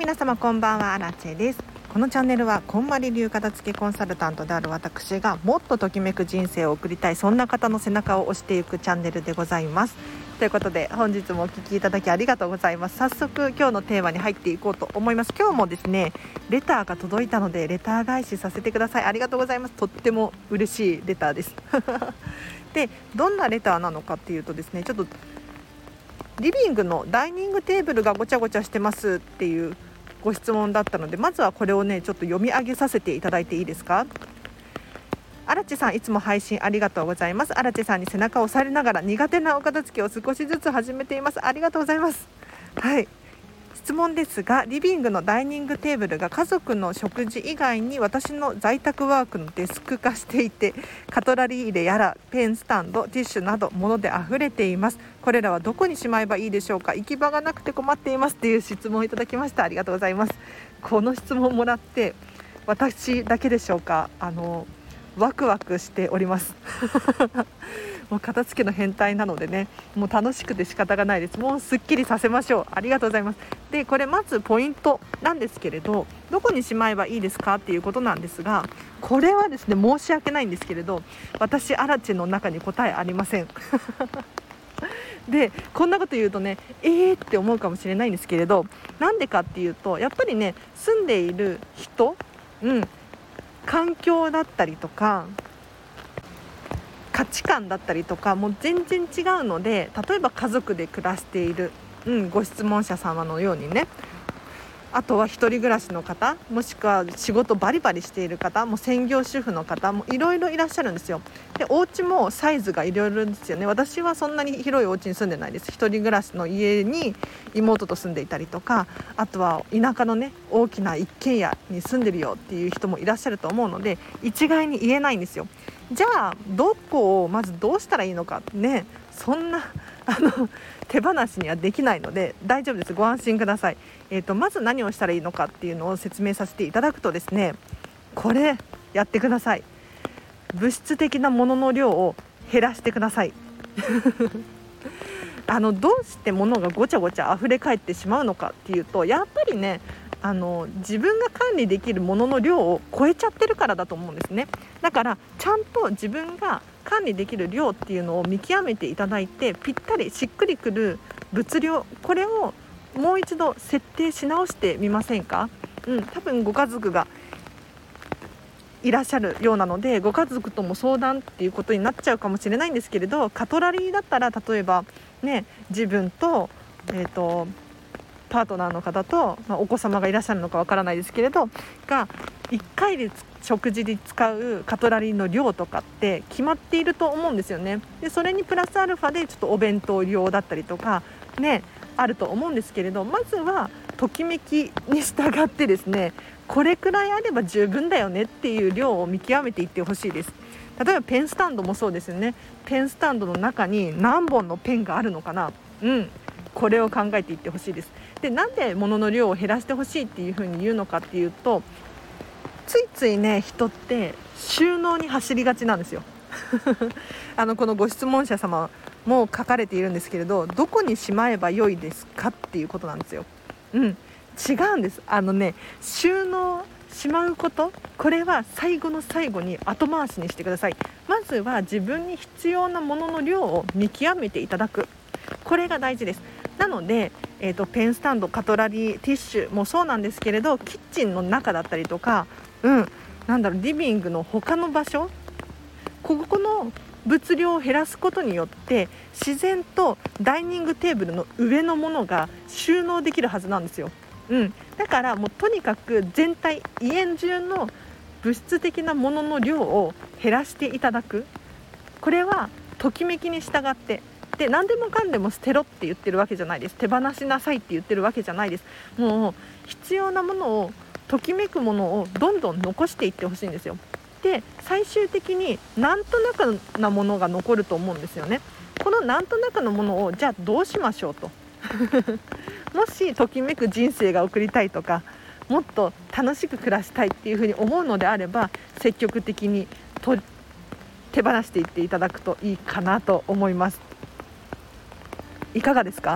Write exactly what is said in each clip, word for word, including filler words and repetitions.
皆様こんばんは、アラチェです。このチャンネルはこんまり流片付けコンサルタントである私がもっとときめく人生を送りたい、そんな方の背中を押していくチャンネルでございます。ということで本日もお聞きいただきありがとうございます。早速今日のテーマに入っていこうと思います。今日もですねレターが届いたのでレター返しさせてください。ありがとうございます。とっても嬉しいレターですでどんなレターなのかっていうとですね、ちょっとリビングのダイニングテーブルがごちゃごちゃしてますっていうご質問だったので、まずはこれをねちょっと読み上げさせていただいていいですか。アラチェさん、いつも配信ありがとうございます。アラチェさんに背中を押されながら苦手なお片付けを少しずつ始めています。ありがとうございます。はい、質問ですが、リビングのダイニングテーブルが家族の食事以外に私の在宅ワークのデスク化していて、カトラリー入れやらペンスタンド、ティッシュなど物で溢れています。これらはどこにしまえばいいでしょうか。行き場がなくて困っていますという質問をいただきました。ありがとうございます。この質問をもらって私だけでしょうか、あのワクワクしておりますもう片付けの変態なのでね、もう楽しくて仕方がないです。もうすっきりさせましょう。ありがとうございます。でこれまずポイントなんですけれど、どこにしまえばいいですかっていうことなんですが、これはですね申し訳ないんですけれど、私アラチェの中に答えありませんでこんなこと言うとねえーって思うかもしれないんですけれど、なんでかっていうと、やっぱりね住んでいる人、うん環境だったりとか価値観だったりとかもう全然違うので、例えば家族で暮らしている、うん、ご質問者様のようにね、あとは一人暮らしの方、もしくは仕事バリバリしている方、もう専業主婦の方もいろいろいらっしゃるんですよ。でお家もサイズがいろいろですよね。私はそんなに広いお家に住んでないです。一人暮らしの家に妹と住んでいたりとか、あとは田舎のね大きな一軒家に住んでるよっていう人もいらっしゃると思うので、一概に言えないんですよ。じゃあどこをまずどうしたらいいのかね、そんなあの手放しにはできないので大丈夫です。ご安心ください。えーと、まず何をしたらいいのかっていうのを説明させていただくとですね、これやってください。物質的なものの量を減らしてくださいあのどうして物がごちゃごちゃ溢れ返ってしまうのかっていうと、やっぱりねあの自分が管理できるものの量を超えちゃってるからだと思うんですね。だからちゃんと自分が管理できる量っていうのを見極めていただいて、ぴったりしっくりくる物量、これをもう一度設定し直してみませんか。うん、多分ご家族がいらっしゃるようなので、ご家族とも相談っていうことになっちゃうかもしれないんですけれど、カトラリーだったら例えばね自分と、えーとパートナーの方と、まあ、お子様がいらっしゃるのかわからないですけれどがいっかいで食事に使うカトラリーの量とかって決まっていると思うんですよね。でそれにプラスアルファでちょっとお弁当量だったりとかねあると思うんですけれど、まずはときめきに従ってですね、これくらいあれば十分だよねっていう量を見極めていってほしいです。例えばペンスタンドもそうですよね。ペンスタンドの中に何本のペンがあるのかな、うんこれを考えていってほしいです。でなんで物の量を減らしてほしいっていうふうに言うのかっていうと、ついついね人って収納に走りがちなんですよあのこのご質問者様も書かれているんですけれど、どこにしまえば良いですかっていうことなんですよ。うん違うんです。あのね収納しまうこと、これは最後の最後に後回しにしてください。まずは自分に必要なものの量を見極めていただく、これが大事です。なので、えーと、ペンスタンド、カトラリー、ティッシュもそうなんですけれど、キッチンの中だったりとか、うん、なんだろうリビングの他の場所、ここの物量を減らすことによって自然とダイニングテーブルの上のものが収納できるはずなんですよ。うん、だからもうとにかく全体家中の物質的なものの量を減らしていただく、これはときめきに従って、で何でもかんでも捨てろって言ってるわけじゃないです。手放しなさいって言ってるわけじゃないです。もう必要なものを、ときめくものをどんどん残していってほしいんですよ。で最終的になんとなくなものが残ると思うんですよね。このなんとなくのものをじゃあどうしましょうともしときめく人生が送りたいとか、もっと楽しく暮らしたいっていうふうに思うのであれば、積極的にと手放していっていただくといいかなと思います。いかがですか？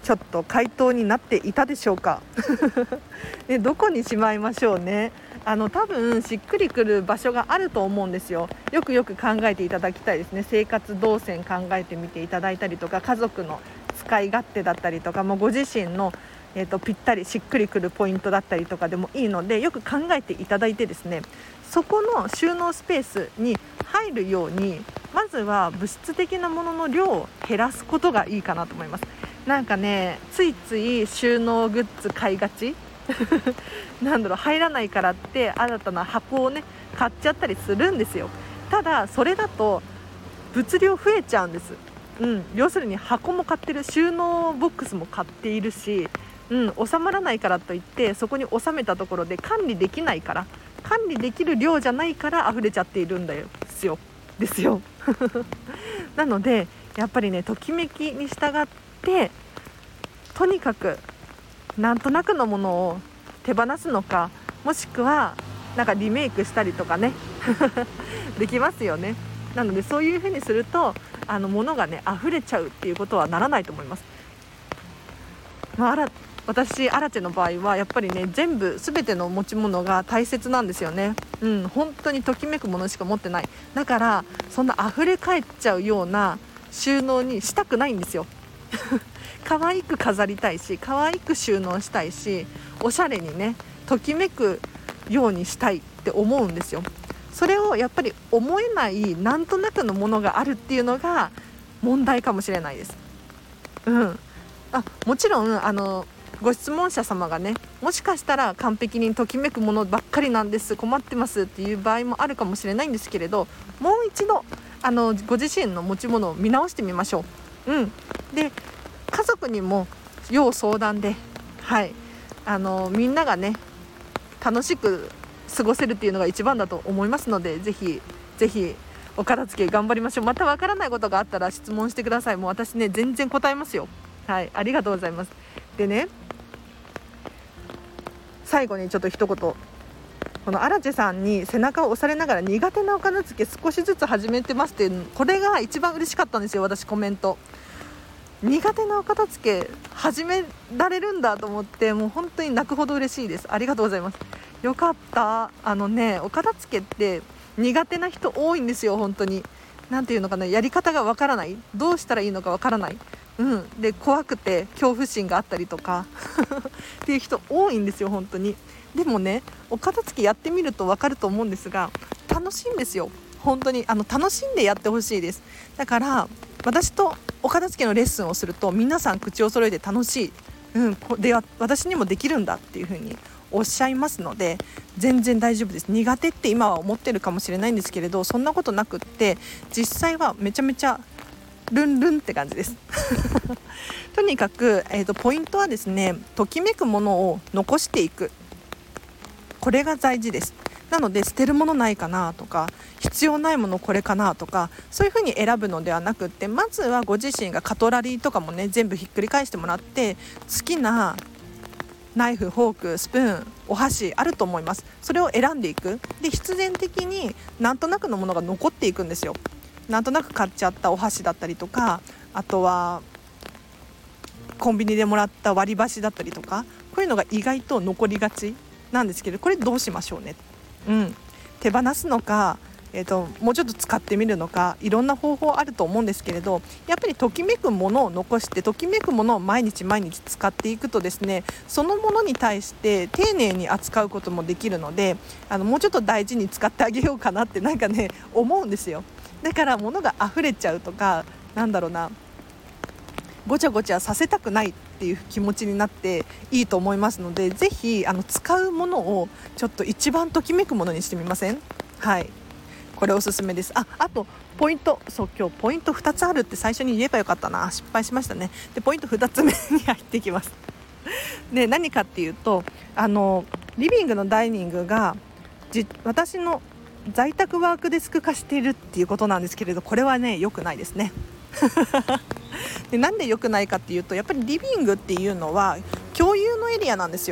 ちょっと回答になっていたでしょうかでどこにしまいましょうね。あの多分しっくりくる場所があると思うんですよ。よくよく考えていただきたいですね。生活動線考えてみていただいたりとか、家族の使い勝手だったりとか、もうご自身の、えーと、ぴったりしっくりくるポイントだったりとかでもいいので、よく考えていただいてですね、そこの収納スペースに入るように、まずは物質的なものの量を減らすことがいいかなと思います。なんかね、ついつい収納グッズ買いがちなんだろう、入らないからって新たな箱をね買っちゃったりするんですよ。ただそれだと物量増えちゃうんです、うん、要するに箱も買ってる、収納ボックスも買っているし、うん、収まらないからといってそこに収めたところで管理できないから、管理できる量じゃないから溢れちゃっているんですよですよなのでやっぱりね、ときめきに従ってとにかくなんとなくのものを手放すのか、もしくはなんかリメイクしたりとかねできますよね。なのでそういう風にするとあの物がね溢れちゃうっていうことはならないと思います。まあ、あら私アラチェの場合はやっぱりね、全部全ての持ち物が大切なんですよね。うん、本当にときめくものしか持ってない。だからそんな溢れ返っちゃうような収納にしたくないんですよ可愛く飾りたいし、可愛く収納したいし、おしゃれにねときめくようにしたいって思うんですよ。それをやっぱり思えないなんとなくのものがあるっていうのが問題かもしれないです。うん、あもちろんあのご質問者様がね、もしかしたら完璧にときめくものばっかりなんです、困ってますっていう場合もあるかもしれないんですけれど、もう一度あのご自身の持ち物を見直してみましょう。うん、で家族にも要相談で、はい、あのみんながね楽しく過ごせるっていうのが一番だと思いますので、ぜひぜひお片付け頑張りましょう。またわからないことがあったら質問してください。もう私ね全然答えますよ。はい、ありがとうございます。でね、最後にちょっと一言、このアラチェさんに背中を押されながら苦手なお片付け少しずつ始めてますって、これが一番嬉しかったんですよ。私コメント、苦手なお片付け始められるんだと思って、もう本当に泣くほど嬉しいです。ありがとうございます。よかった。あのね、お片付けって苦手な人多いんですよ。本当になんていうのかな、やり方がわからない、どうしたらいいのかわからない、うん、で怖くて恐怖心があったりとかっていう人多いんですよ本当に。でもね、お片付けやってみるとわかると思うんですが、楽しいんですよ本当に。あの楽しんでやってほしいです。だから私とお片付けのレッスンをすると皆さん口を揃えて楽しい、うん、で私にもできるんだっていう風におっしゃいますので、全然大丈夫です。苦手って今は思ってるかもしれないんですけれど、そんなことなくって実際はめちゃめちゃルンルンって感じですとにかく、えーと、ポイントはですね、ときめくものを残していく、これが大事です。なので捨てるものないかなとか、必要ないものこれかなとか、そういう風に選ぶのではなくって、まずはご自身がカトラリーとかもね全部ひっくり返してもらって、好きなナイフ、フォーク、スプーン、お箸あると思います。それを選んでいく。で必然的になんとなくのものが残っていくんですよ。なんとなく買っちゃったお箸だったりとか、あとはコンビニでもらった割り箸だったりとか、こういうのが意外と残りがちなんですけど、これどうしましょうね、うん、手放すのか、えーと、もうちょっと使ってみるのか、いろんな方法あると思うんですけれど、やっぱりときめくものを残して、ときめくものを毎日毎日使っていくとですね、そのものに対して丁寧に扱うこともできるので、あのもうちょっと大事に使ってあげようかなってなんかね思うんですよ。だから物が溢れちゃうとか、なんだろうな、ごちゃごちゃさせたくないっていう気持ちになっていいと思いますので、ぜひあの使うものをちょっと一番ときめくものにしてみません？はい、これおすすめです。あ、あとポイント、そう今日ポイントふたつあるって最初に言えばよかったな、失敗しましたね。でポイントふたつめに入ってきますで何かっていうと、あのリビングのダイニングがじ私の在宅ワークデスク化しているっていうことなんですけれど、これはね良くないですねでなんで良くないかっていうと、やっぱりリビングっていうのは共有のエリアなんですよ。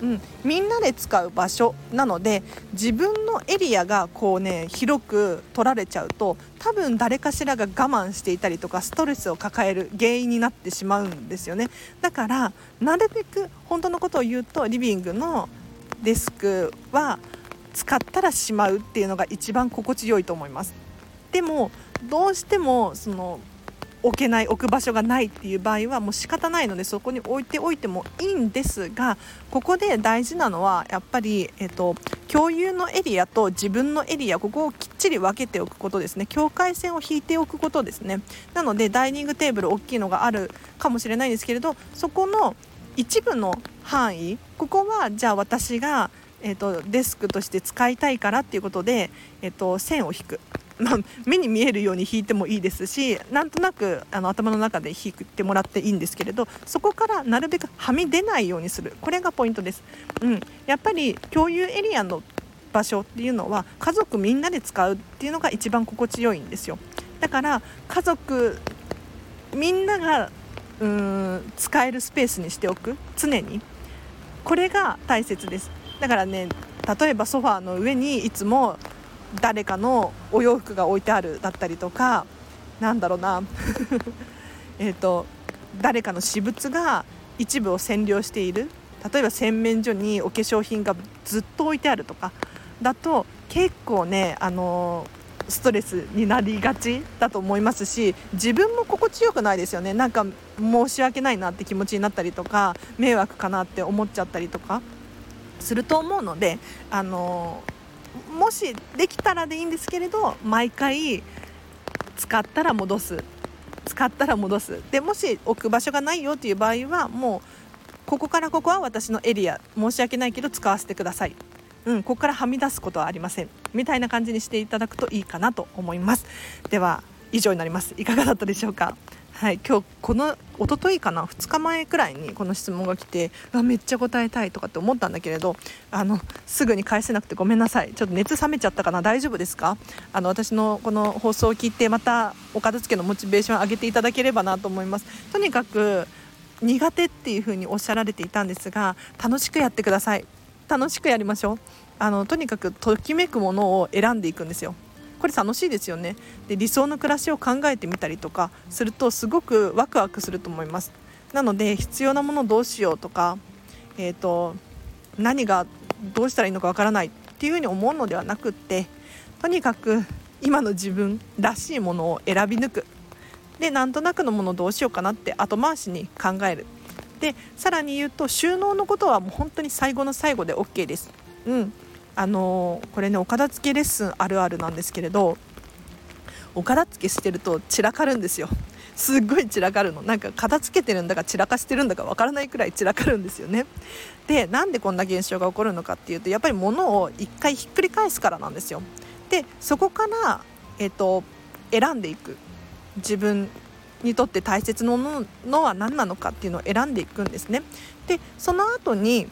うん、みんなで使う場所なので、自分のエリアがこうね広く取られちゃうと、多分誰かしらが我慢していたりとかストレスを抱える原因になってしまうんですよね。だからなるべく本当のことを言うと、リビングのデスクは使ったらしまうっていうのが一番心地よいと思います。でもどうしてもその置けない置く場所がないっていう場合はもう仕方ないので、そこに置いておいてもいいんですが、ここで大事なのはやっぱり、えっと、共有のエリアと自分のエリア、ここをきっちり分けておくことですね。境界線を引いておくことですね。なのでダイニングテーブル大きいのがあるかもしれないんですけれど、そこの一部の範囲、ここはじゃあ私が、えっと、デスクとして使いたいからっていうことで、えっと、線を引く。まあ、目に見えるように引いてもいいですし、なんとなくあの頭の中で引いてもらっていいんですけれど、そこからなるべくはみ出ないようにする、これがポイントです、うん、やっぱり共有エリアの場所っていうのは家族みんなで使うっていうのが一番心地よいんですよ。だから家族みんながうーん使えるスペースにしておく、常にこれが大切です。だからね、例えばソファーの上にいつも誰かのお洋服が置いてあるだったりとか、なんだろうなえっと誰かの私物が一部を占領している、例えば洗面所にお化粧品がずっと置いてあるとかだと結構ね、あのー、ストレスになりがちだと思いますし、自分も心地よくないですよね。なんか申し訳ないなって気持ちになったりとか、迷惑かなって思っちゃったりとかすると思うので、あのーもしできたらでいいんですけれど、毎回使ったら戻す使ったら戻すで、もし置く場所がないよという場合は、もうここからここは私のエリア、申し訳ないけど使わせてください、うん、ここからはみ出すことはありませんみたいな感じにしていただくといいかなと思います。では以上になります。いかがだったでしょうか。はい、今日この一昨日かなふつかまえくらいにこの質問が来て、あめっちゃ答えたいとかって思ったんだけれど、あのすぐに返せなくてごめんなさい。ちょっと熱冷めちゃったかな。大丈夫ですか。あの私のこの放送を聞いてまたお片付けのモチベーションを上げていただければなと思います。とにかく苦手っていう風におっしゃられていたんですが、楽しくやってください。楽しくやりましょう。あのとにかくときめくものを選んでいくんですよ。これ楽しいですよね。で理想の暮らしを考えてみたりとかするとすごくワクワクすると思います。なので必要なものどうしようとか、えーと、何がどうしたらいいのかわからないっていうふうに思うのではなくって、とにかく今の自分らしいものを選び抜く。でなんとなくのものどうしようかなって後回しに考える。でさらに言うと収納のことはもう本当に最後の最後で OK です。うんあのー、これねお片付けレッスンあるあるなんですけれど、お片付けしてると散らかるんですよ。すっごい散らかるの。なんか片付けてるんだか散らかしてるんだかわからないくらい散らかるんですよね。でなんでこんな現象が起こるのかっていうと、やっぱり物を一回ひっくり返すからなんですよ。でそこから、えーと、選んでいく。自分にとって大切なものは何なのかっていうのを選んでいくんですね。でその後に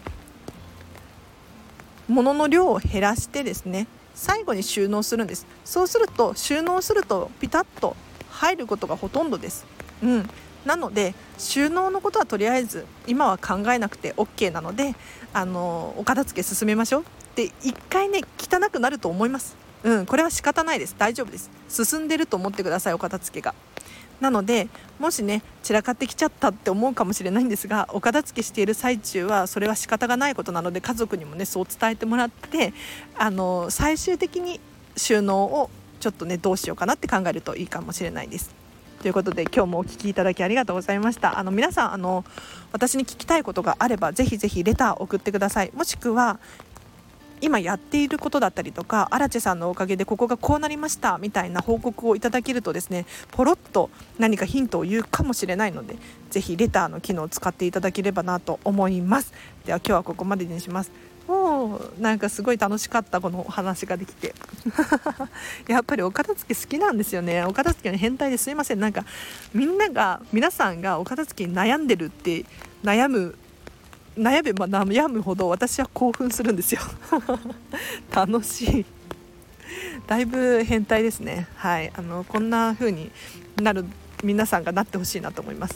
物の量を減らしてですね、最後に収納するんです。そうすると収納するとピタッと入ることがほとんどです、うん、なので収納のことはとりあえず今は考えなくて OK なので、あのお片付け進めましょう。で一回ね汚くなると思います、うん、これは仕方ないです。大丈夫です。進んでると思ってください、お片付けが。なのでもしね散らかってきちゃったって思うかもしれないんですが、お片付けしている最中はそれは仕方がないことなので、家族にもねそう伝えてもらって、あの最終的に収納をちょっとねどうしようかなって考えるといいかもしれないです。ということで今日もお聞きいただきありがとうございました。あの皆さんあの私に聞きたいことがあればぜひぜひレター送ってください。もしくは今やっていることだったりとか、アラチェさんのおかげでここがこうなりましたみたいな報告をいただけるとですね、ポロッと何かヒントを言うかもしれないので、ぜひレターの機能を使っていただければなと思います。では今日はここまでにします。もうなんかすごい楽しかった、このお話ができてやっぱりお片付け好きなんですよね。お片付けの変態ですいません。なんかみんなが皆さんがお片付けに悩んでるって悩む悩めば悩むほど私は興奮するんですよ楽しい。だいぶ変態ですね。はい、あのこんな風になる皆さんがなってほしいなと思います。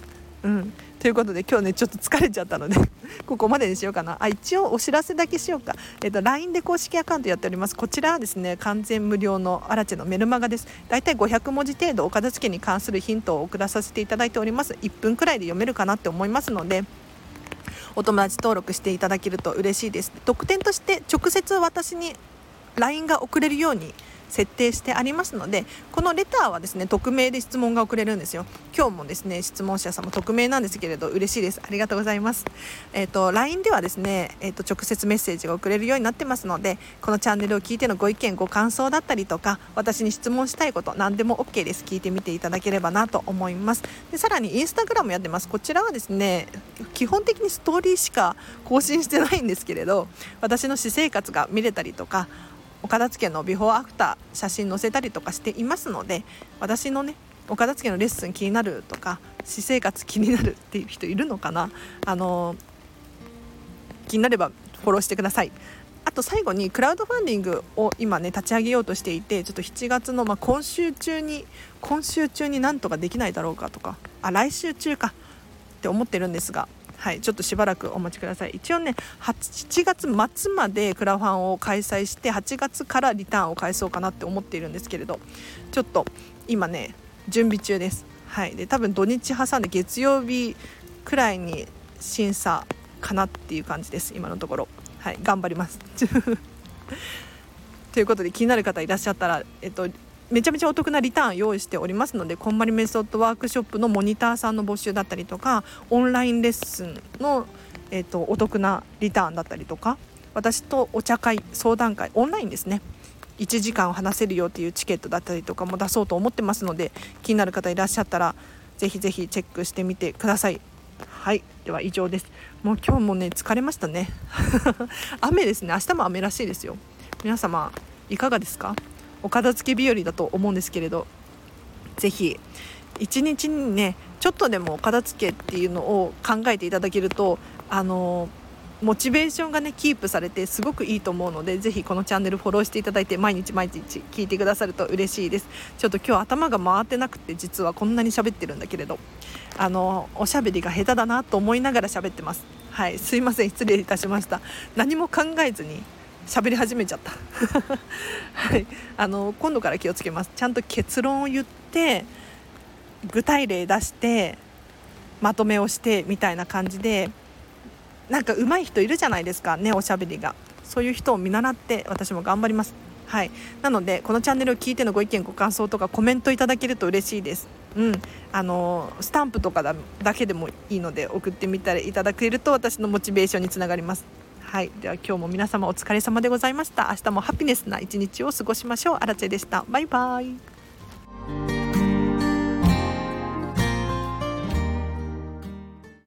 うん、ということで今日ねちょっと疲れちゃったのでここまでにしようかな。あ一応お知らせだけしようか、えっと、ライン で公式アカウントやっております。こちらはですね完全無料のアラチェのメルマガです。だいたいごひゃくもじ程度お片付けに関するヒントを送らさせていただいております。いっぷんくらいで読めるかなって思いますのでお友達登録していただけると嬉しいです。特典として直接私に ライン が送れるように設定してありますので、このレターはですね匿名で質問が送れるんですよ。今日もですね質問者さんも匿名なんですけれど嬉しいです。ありがとうございます。えっと ライン ではですね、えっと直接メッセージが送れるようになってますので、このチャンネルを聞いてのご意見ご感想だったりとか私に質問したいこと何でも OK です。聞いてみていただければなと思います。でさらにインスタグラムやってます。こちらはですね基本的にストーリーしか更新してないんですけれど、私の私生活が見れたりとかお片付けのビフォーアフター写真載せたりとかしていますので、私のねお片付けのレッスン気になるとか私生活気になるっていう人いるのかな、あの気になればフォローしてください。あと最後にクラウドファンディングを今ね立ち上げようとしていて、ちょっとしちがつの、まあ、今週中に今週中になんとかできないだろうかとか、あ来週中かって思ってるんですが、はい、ちょっとしばらくお待ちください。一応ねしちがつ末までクラファンを開催してはちがつからリターンを返そうかなって思っているんですけれど、ちょっと今ね準備中です。はい、で多分土日挟んで月曜日くらいに審査かなっていう感じです今のところ。はい、頑張りますということで気になる方いらっしゃったら、えっとめちゃめちゃお得なリターン用意しておりますので、こんまりメソッドワークショップのモニターさんの募集だったりとかオンラインレッスンの、えーと、お得なリターンだったりとか、私とお茶会相談会オンラインですねいちじかん話せるよっていうチケットだったりとかも出そうと思ってますので、気になる方いらっしゃったらぜひぜひチェックしてみてください。はい、では以上です。もう今日もね疲れましたね雨ですね。明日も雨らしいですよ。皆様いかがですか？お片付け日和だと思うんですけれど、ぜひ一日にねちょっとでもお片付けっていうのを考えていただけると、あのモチベーションがねキープされてすごくいいと思うので、ぜひこのチャンネルフォローしていただいて毎日毎日聞いてくださると嬉しいです。ちょっと今日頭が回ってなくて、実はこんなに喋ってるんだけれど、あのおしゃべりが下手だなと思いながら喋ってます。はい、すいません、失礼いたしました。何も考えずに喋り始めちゃったはい、あの今度から気をつけます。ちゃんと結論を言って具体例出してまとめをしてみたいな感じで、なんか上手い人いるじゃないですかね、おしゃべりが。そういう人を見習って私も頑張ります。はい、なのでこのチャンネルを聞いてのご意見ご感想とかコメントいただけると嬉しいです。うん、あのスタンプとか だ, だけでもいいので送ってみたらいただけると私のモチベーションにつながります。はい、では今日も皆様お疲れ様でございました。明日もハピネスな一日を過ごしましょう。アラチェでした。バイバイ。